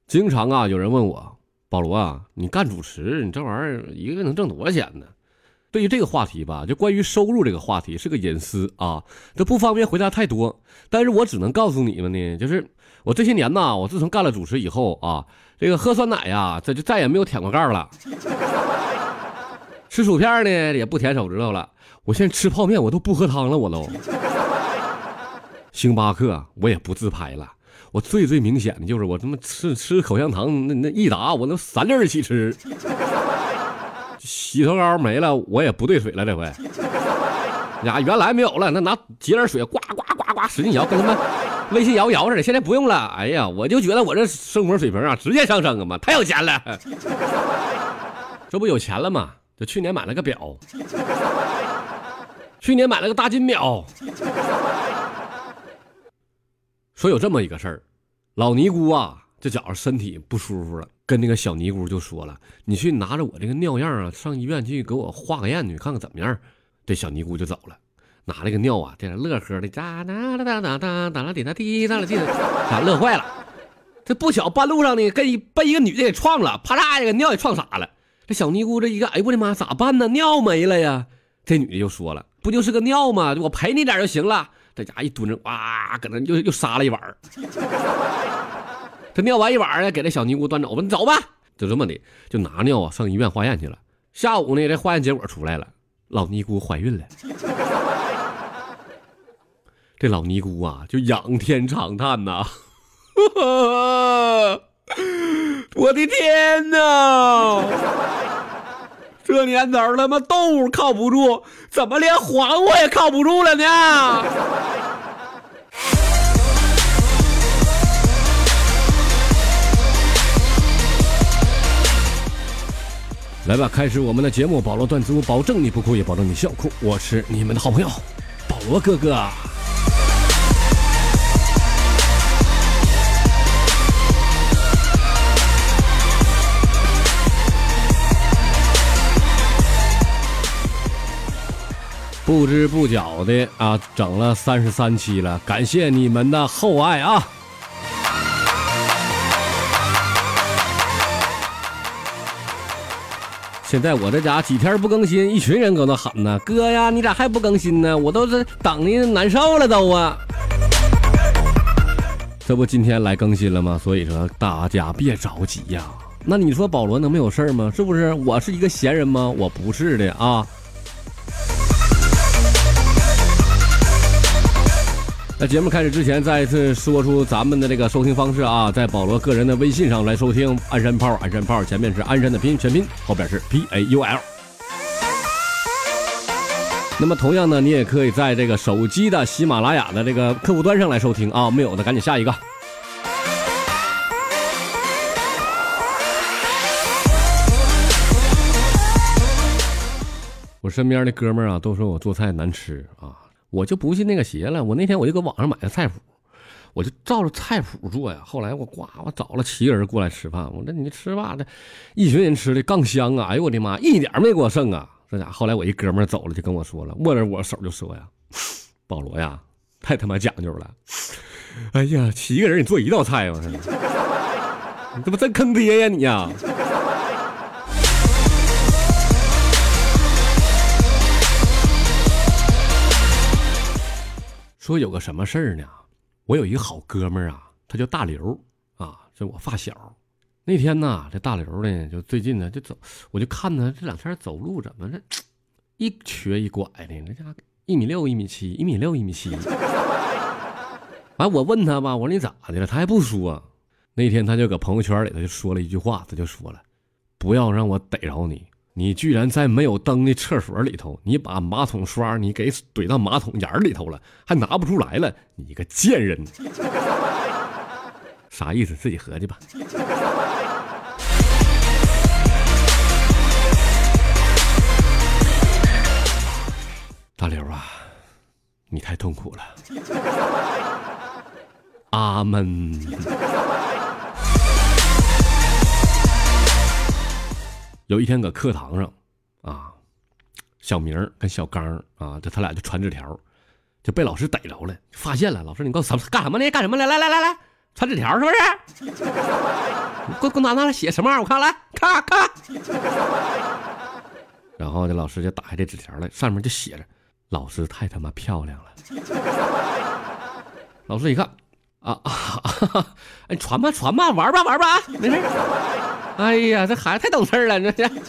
经常啊，有人问我，保罗啊，你干主持，你这玩意儿一个月能挣多少钱呢？对于这个话题吧，就关于收入这个话题是个隐私啊，这不方便回答太多。但是我只能告诉你们呢，就是我这些年呢，我自从干了主持以后啊，这个喝酸奶呀，这就再也没有舔过盖了。吃薯片呢也不舔手指头了，我现在吃泡面我都不喝汤了，我都。星巴克我也不自拍了。我最明显的就是我他妈吃口香糖那一打我能3粒一起吃。洗头膏没了我也不兑水了，这回呀原来没有了，那拿几粒水呱呱呱呱使劲摇，跟他们微信摇似的，现在不用了。哎呀，我就觉得我这生活水平啊直接上升啊嘛，太有钱了。这不有钱了吗？就去年买了个表，去年买了个大金表。说有这么一个事儿，老尼姑啊，这觉着身体不舒服了，跟那个小尼姑就说了，你去拿着我这个尿样啊，上医院去给我化个验去，看看怎么样。这小尼姑就走了，拿了个尿啊，这乐呵的哒哒哒哒哒哒啦滴哒滴哒啦滴哒，乐坏了。这不巧半路上呢，被一个女的给撞了，啪嚓一个尿给撞傻了。这小尼姑这一个，哎我的妈，咋办呢？尿没了呀！这女的就说了，不就是个尿吗？我陪你点就行了。这家一蹲着，哇，搁那又撒了一碗。这尿完一碗呢，给这小尼姑端走吧，你走吧。就这么的，就拿尿啊上医院化验去了。下午呢，这化验结果出来了，老尼姑怀孕了。这老尼姑啊，就仰天长叹呐，我的天哪！这年头他妈动物靠不住，怎么连黄瓜也靠不住了呢？来吧，开始我们的节目，保罗段子屋，保证你不哭也保证你笑哭。我是你们的好朋友保罗哥哥。不知不觉的啊，整了33期了，感谢你们的厚爱啊！现在我这家几天不更新，一群人搁那喊呢，哥呀，你咋还不更新呢？我都是等你难受了都啊！这不今天来更新了吗？所以说大家别着急呀。那你说保罗能没有事吗？是不是？我是一个闲人吗？我不是的啊。在节目开始之前，再一次说出咱们的这个收听方式啊，在保罗个人的微信上来收听鞍山炮，鞍山炮前面是鞍山的拼音全拼，后边是 PAUL。那么同样呢，你也可以在这个手机的喜马拉雅的这个客户端上来收听啊，没有的赶紧下一个。我身边的哥们儿啊，都说我做菜难吃啊。我就不信那个邪了，我那天我就搁网上买的菜谱，我就照着菜谱做呀。后来我找了7个人过来吃饭，我说你吃吧，这一群人吃的杠香啊！哎呦我的妈，一点没给我剩啊！这家后来我一哥们走了，就跟我说了，握着我手就说呀：“保罗呀，太他妈讲究了！哎呀，7个人你做一道菜，我说你这不真坑爹呀你呀！”说有个什么事儿呢？我有一个好哥们儿啊，他叫大刘啊，这我发小。那天呢，这大刘呢，就最近呢就走，我就看他这2天走路怎么这一瘸一拐的，那家1.6米、1.7米、1.6米、1.7米。完，我问他吧，我说你咋的了？他还不说。那天他就搁朋友圈里头就说了一句话，他就说了：“不要让我逮着你。”你居然在没有灯的厕所里头，你把马桶刷你给怼到马桶眼里头了，还拿不出来了，你个贱人！啥意思？自己合计吧。大刘啊，你太痛苦了。阿门。有一天搁课堂上啊，小明跟小刚啊，他俩就传纸条，就被老师逮着了，发现了。老师，你告诉干什么呢？干什么来？来，传纸条是不是？ 给我拿来写什么玩意儿？我看来看看。然后这老师就打开这纸条来，上面就写着：“老师太他妈漂亮了。”老师一看，哎，传吧，玩吧，没事。哎呀，这孩子太懂事了，这是。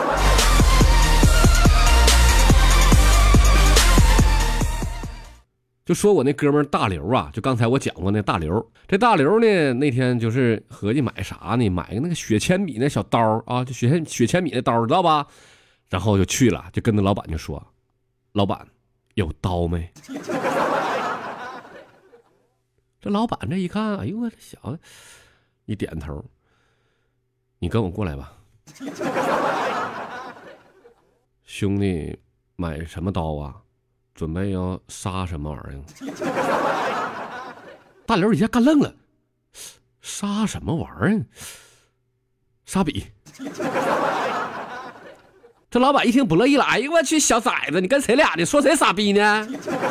就说我那哥们大刘啊，就刚才我讲过那大刘，这大刘呢，那天就是合计买啥呢？买个那个削铅笔那小刀啊，就削铅笔那刀，知道吧？然后就去了，就跟那老板就说：“老板，有刀没？”这老板这一看，哎呦我这小子，一点头：“你跟我过来吧。”兄弟，买什么刀啊？准备要杀什么玩意儿？大刘一下干愣了，杀什么玩意儿？杀笔。这老板一听不乐意了，哎呦我去，小崽子，你跟谁俩呢？说谁傻逼呢？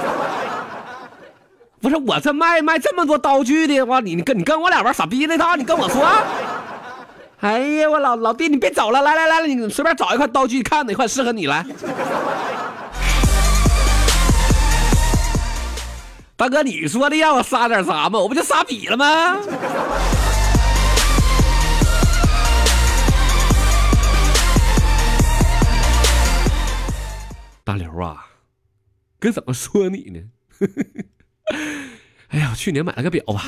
不是我这卖这么多刀具的，哇，你跟我俩玩傻逼那套，你跟我说？哎呀，我老弟，你别走了，来，你随便找一块刀具，看哪块适合你来。大哥，你说的让我杀点啥吗？我不就杀笔了吗？大刘啊，该怎么说你呢？哎呀，我去年买了个表吧。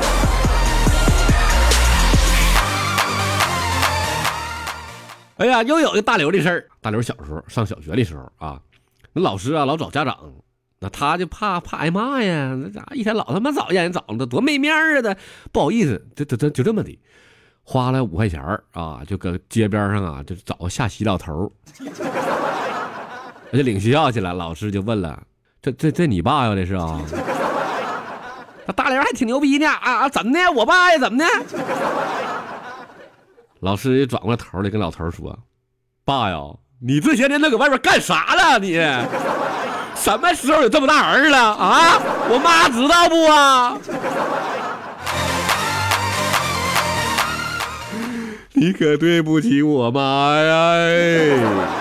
哎呀，又有一个大刘的事儿。大刘小时候上小学的时候啊，那老师啊老找家长。那他就怕挨骂呀，那咋一天老他妈找让人找的，多没面儿啊！的不好意思，就这么的，花了5块钱啊，就搁街边上啊，就找个下洗老头，就领学校去了。老师就问了：“这你爸呀？这是啊？”那大刘还挺牛逼呢啊！怎么的？我爸呀？怎么的？老师也转过头来跟老头说：“爸呀，你这些年都搁外边干啥了？你？”什么时候有这么大儿了啊？我妈知道不啊？你可对不起我妈呀！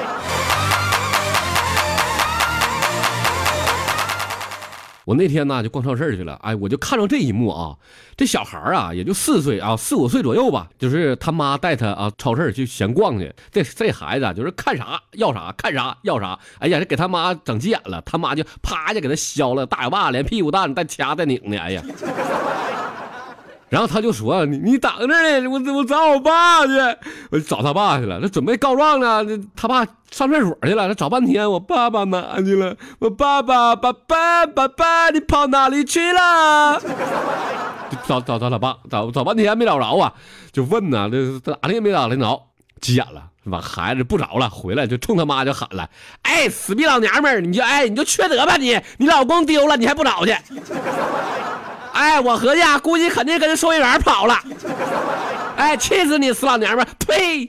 我那天呢就逛超市去了，哎，我就看到这一幕啊，这小孩啊也就4岁啊，4、5岁左右吧，就是他妈带他啊超市去闲逛去。这孩子就是看啥要啥，看啥要啥。哎呀，这给他妈整急眼了，他妈就啪一下给他削了大嘴巴，连屁股蛋带掐带拧的，哎呀。然后他就说：“你等着呢，我找我爸去。”我就找他爸去了，他准备告状呢。他爸上厕所去了，他找半天，我爸爸哪去了？我爸爸，你跑哪里去了？就找他爸，找半天没找着啊，就问呢，这哪里也没找着，急眼了，是吧？孩子不找了，回来就冲他妈就喊了：“哎，死逼老娘们儿，你就缺德吧你老公丢了，你还不找去？”哎，我合计啊，估计肯定跟收银员跑了。哎，气死你死老娘们！呸！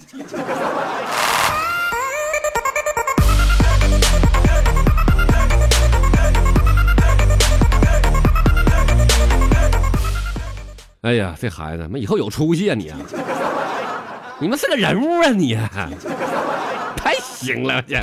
哎呀，这孩子，以后有出息啊你啊！你们是个人物啊你啊！太行了这。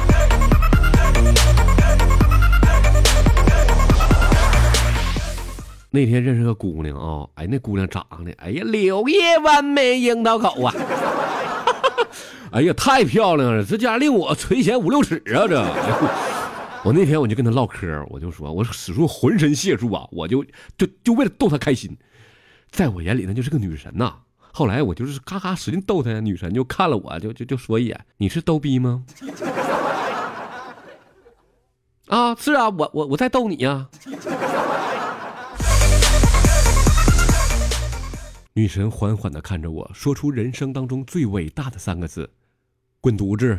那天认识个姑娘啊，哎，那姑娘长得，哎呀，柳叶弯眉樱桃口啊，哎呀，太漂亮了，这家令我垂涎5、6尺啊，这。我那天我就跟她唠嗑，我就说，我使出浑身解数啊，我就为了逗她开心，在我眼里那就是个女神呐。后来我就是嘎嘎使劲逗她，女神就看了我，就说一眼，你是逗逼吗？啊，是啊，我在逗你呀。女神缓缓地看着我，说出人生当中最伟大的3个字：滚犊子。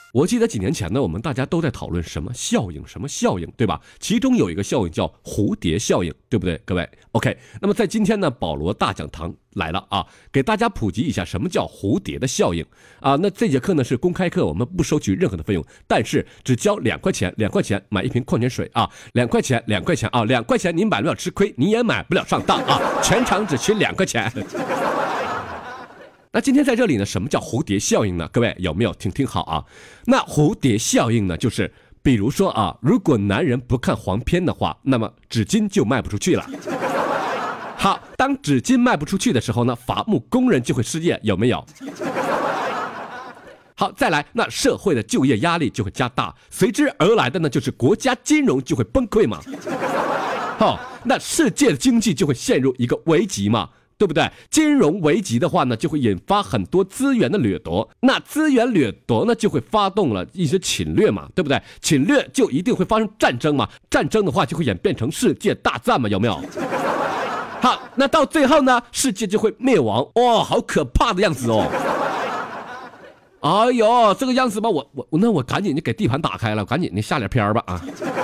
我记得几年前呢，我们大家都在讨论什么效应，对吧？其中有一个效应叫蝴蝶效应，对不对，各位 ？OK， 那么在今天呢，保罗大讲堂来了啊，给大家普及一下什么叫蝴蝶的效应啊。那这节课呢是公开课，我们不收取任何的费用，但是只交2块钱，2块钱买一瓶矿泉水啊，2块钱啊，2块钱你买不了吃亏，你也买不了上当啊，全场只需2块钱。那今天在这里呢，什么叫蝴蝶效应呢？各位有没有听好啊？那蝴蝶效应呢，就是比如说啊，如果男人不看黄片的话，那么纸巾就卖不出去了。好，当纸巾卖不出去的时候呢，伐木工人就会失业，有没有？好，再来，那社会的就业压力就会加大，随之而来的呢，就是国家金融就会崩溃嘛。好，那世界的经济就会陷入一个危机嘛。对不对？金融危机的话呢，就会引发很多资源的掠夺，那资源掠夺呢，就会发动了一些侵略嘛，对不对？侵略就一定会发生战争嘛，战争的话就会演变成世界大战嘛，有没有？好，那到最后呢，世界就会灭亡，哇，好可怕的样子哦！哎呦，这个样子吧，我赶紧就给地盘打开了，赶紧的下点片吧啊！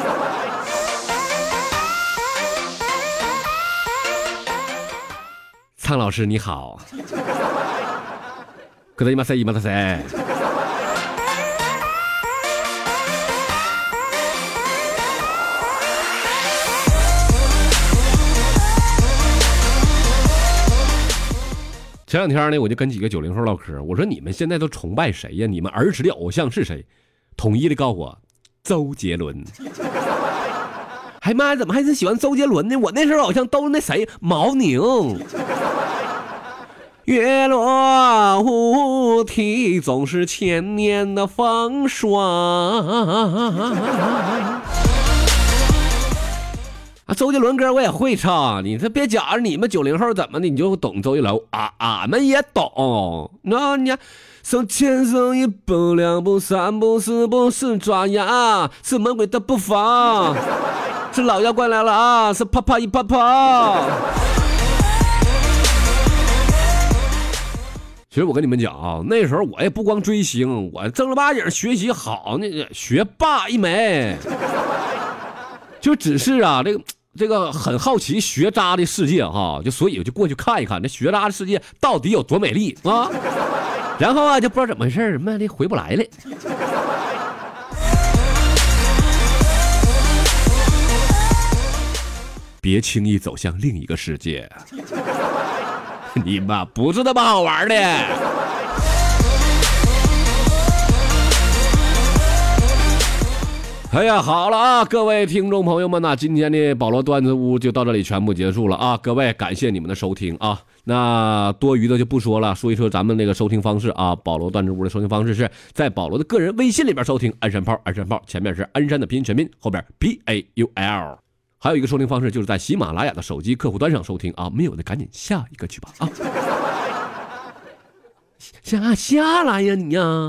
苍老师你好，ございません、今だせ。前两天呢，我就跟几个90后唠嗑，我说你们现在都崇拜谁呀？你们儿时的偶像是谁？统一的告诉我，周杰伦。哎妈，怎么还是喜欢周杰伦呢？我那时候好像都是那谁，毛宁。月落乌啼，总是千年的风霜。啊，周杰伦歌我也会唱，你这别假着你们90后怎么的你就懂周杰伦啊？俺们也懂。那你手牵手一步2步3步4步是爪牙，是魔鬼的步伐。是老妖怪来了啊！是啪啪一啪啪。其实我跟你们讲啊，那时候我也不光追星，我正儿八经学习好，那个学霸一枚。就只是啊，这个很好奇学渣的世界哈，就所以我就过去看一看，这学渣的世界到底有多美丽啊！然后啊，就不知道怎么回事，慢的回不来了。别轻易走向另一个世界，你妈不是那么好玩的。哎呀，好了啊，各位听众朋友们呐，今天的保罗段子屋就到这里全部结束了啊！各位感谢你们的收听啊，那多余的就不说了，说一说咱们那个收听方式啊。保罗段子屋的收听方式是在保罗的个人微信里边收听，鞍山炮，前面是鞍山的拼音全拼，后边 PAUL。还有一个收听方式就是在喜马拉雅的手机客户端上收听啊，没有的赶紧下一个去吧啊！下来呀你呀！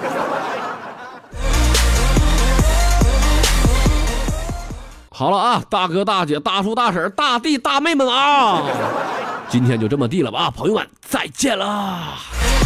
好了啊，大哥大姐大叔大婶大弟大妹们啊，今天就这么地了吧，朋友们再见啦！